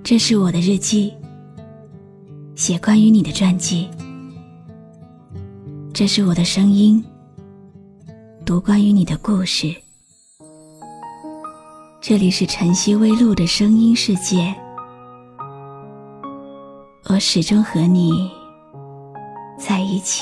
这是我的日记，写关于你的传记。这是我的声音，读关于你的故事。这里是晨曦微露的声音世界，我始终和你在一起。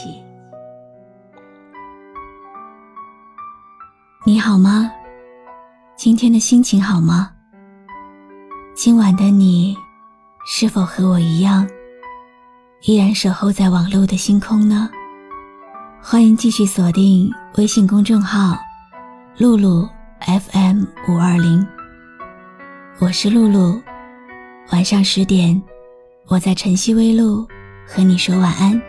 你好吗？今天的心情好吗？今晚的你是否和我一样，依然守候在网络的星空呢？欢迎继续锁定微信公众号露露 FM520， 我是露露。晚上10点，我在晨曦微露和你说晚安。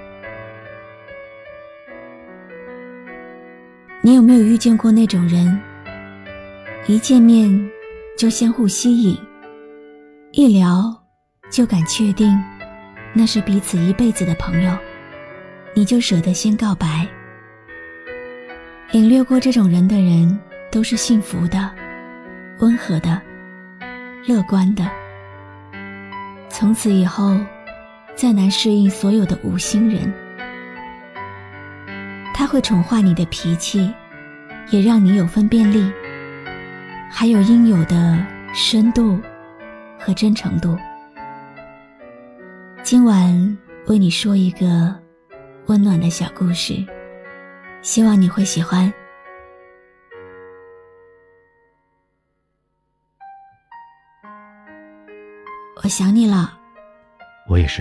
你有没有遇见过那种人，一见面就相互吸引，一聊就敢确定那是彼此一辈子的朋友，你就舍得先告白？领略过这种人的人都是幸福的、温和的、乐观的，从此以后再难适应所有的无心人。他会宠坏你的脾气，也让你有分辨力，还有应有的深度和真诚度。今晚为你说一个温暖的小故事，希望你会喜欢。我想你了。 我也是。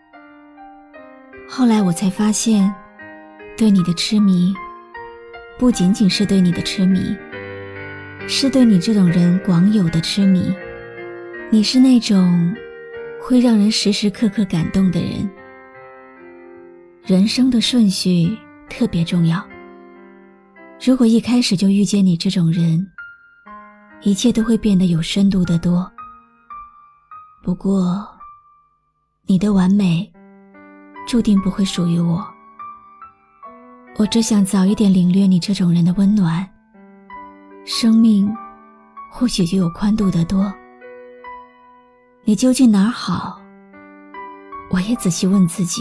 后来我才发现，对你的痴迷不仅仅是对你的痴迷，是对你这种人广有的痴迷。你是那种会让人时时刻刻感动的人。人生的顺序特别重要，如果一开始就遇见你这种人，一切都会变得有深度得多。不过你的完美注定不会属于我，我只想早一点领略你这种人的温暖，生命或许就有宽度得多。你究竟哪儿好？我也仔细问自己。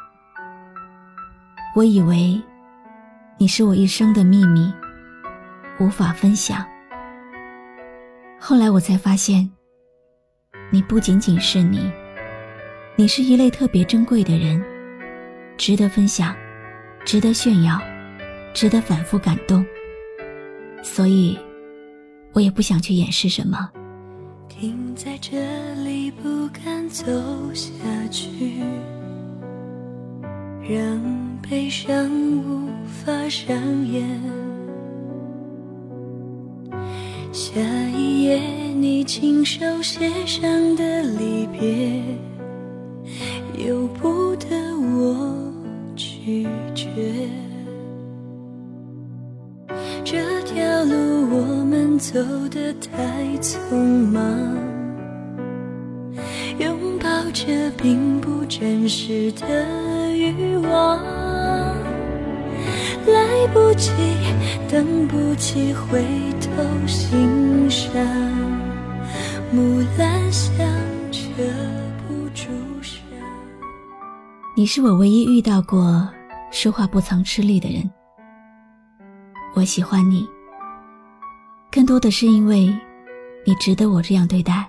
我以为你是我一生的秘密，无法分享。后来我才发现，你不仅仅是你，你是一类特别珍贵的人，值得分享，值得炫耀，值得反复感动。所以我也不想去掩饰什么。 停在这里不敢走下去，让悲伤无法上演。下一页你亲手写上的离别，由不得我拒绝。这条路我们走得太匆忙，拥抱着并不真实的欲望，来不及，等不及回头欣赏，木兰香遮不住伤。 你是我唯一遇到过说话不曾吃力的人。我喜欢你，更多的是因为你值得我这样对待。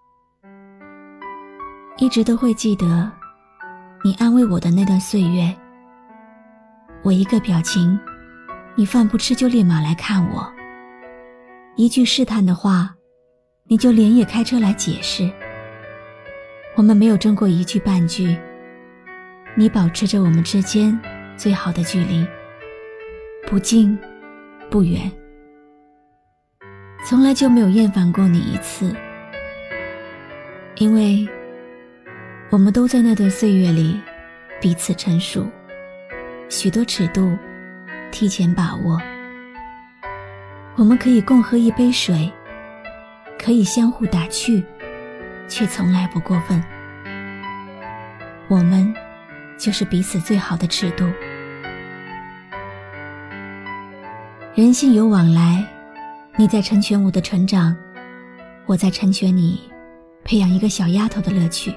一直都会记得你安慰我的那段岁月，我一个表情，你饭不吃就立马来看我，一句试探的话，你就连夜开车来解释。我们没有争过一句半句，你保持着我们之间最好的距离，不近不远，从来就没有厌烦过你一次。因为我们都在那段岁月里彼此成熟，许多尺度提前把握。我们可以共喝一杯水，可以相互打趣，却从来不过分。我们就是彼此最好的尺度。人性有往来，你在成全我的成长，我在成全你培养一个小丫头的乐趣。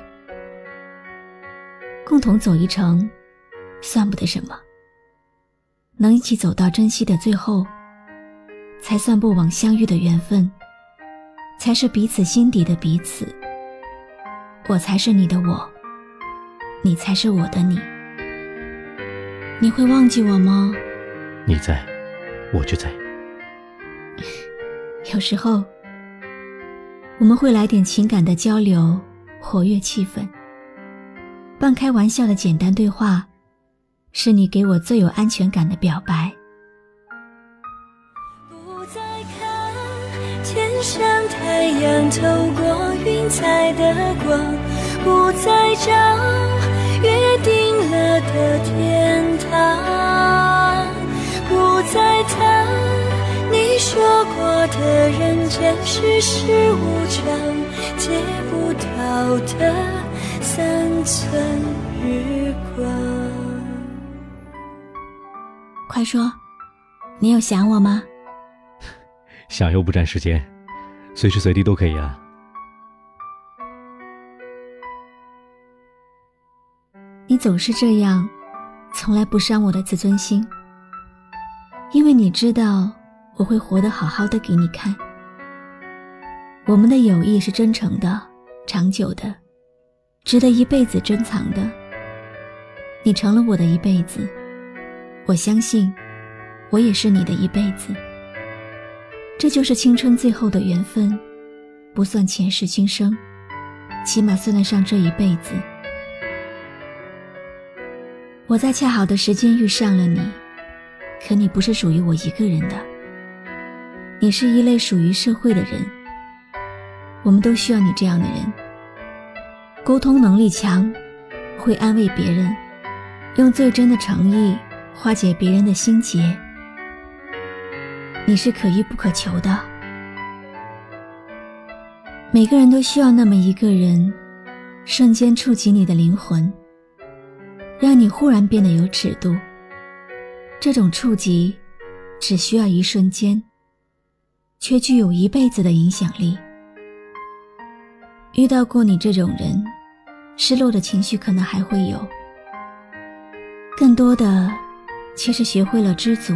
共同走一程，算不得什么。能一起走到珍惜的最后，才算不枉相遇的缘分，才是彼此心底的彼此。我才是你的我，你才是我的你。你会忘记我吗？ 你在，我就在。 有时候，我们会来点情感的交流，活跃气氛。半开玩笑的简单对话，是你给我最有安全感的表白。 不再看天上太阳透过云彩的光，不再找约定了的天堂，不再谈你说过的人间世事无常，借不到的三寸日光。 快说，你有想我吗？ 想又不占时间，随时随地都可以啊。 你总是这样，从来不伤我的自尊心，因为你知道我会活得好好的给你看。我们的友谊是真诚的，长久的，值得一辈子珍藏的。你成了我的一辈子，我相信我也是你的一辈子。这就是青春最后的缘分，不算前世今生，起码算得上这一辈子。我在恰好的时间遇上了你，可你不是属于我一个人的，你是一类属于社会的人。我们都需要你这样的人，沟通能力强，会安慰别人，用最真的诚意化解别人的心结。你是可遇不可求的，每个人都需要那么一个人，瞬间触及你的灵魂，让你忽然变得有尺度。这种触及只需要一瞬间，却具有一辈子的影响力。遇到过你这种人，失落的情绪可能还会有，更多的却是学会了知足。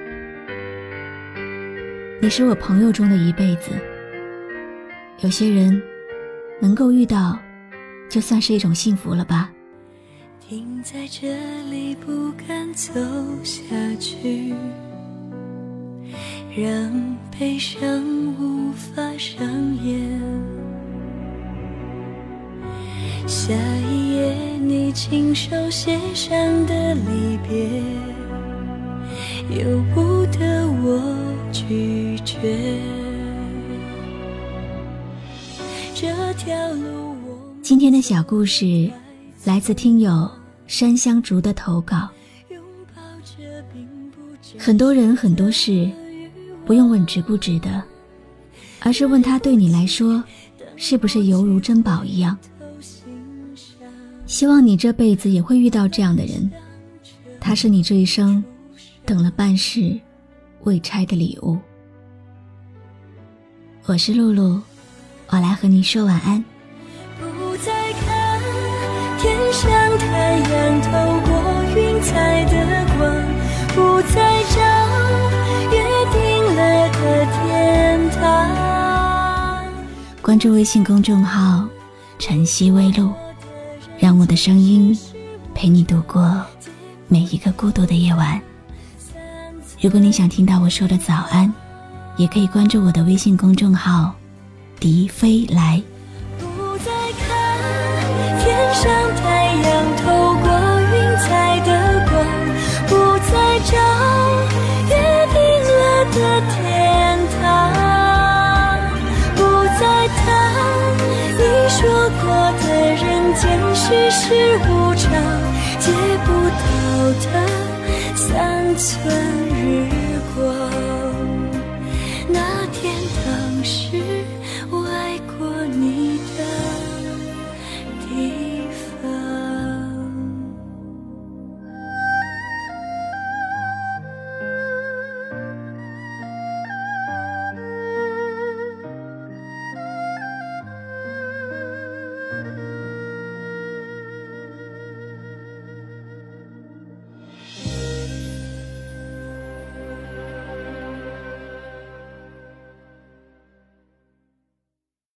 你是我朋友中的一辈子，有些人能够遇到，就算是一种幸福了吧。 停在这里不敢走下去，让悲伤无法上演。下一页你亲手写上的离别，由不得我拒绝。这条路今天的小故事来自听友山香竹的投稿。很多人很多事不用问值不值得，而是问他对你来说是不是犹如珍宝一样。希望你这辈子也会遇到这样的人，他是你这一生等了半世未拆的礼物。我是露露，我来和你说晚安。 不再看天上太阳透过云彩的光，不再找约定了的天堂。 关注微信公众号晨曦微露，让我的声音陪你度过每一个孤独的夜晚。如果你想听到我说的早安，也可以关注我的微信公众号迪飞来。 不再看天上太阳透过云彩的光，不再找约定了的天堂，不再谈你说过的人间世事无常，借不到的三寸日光。那天当时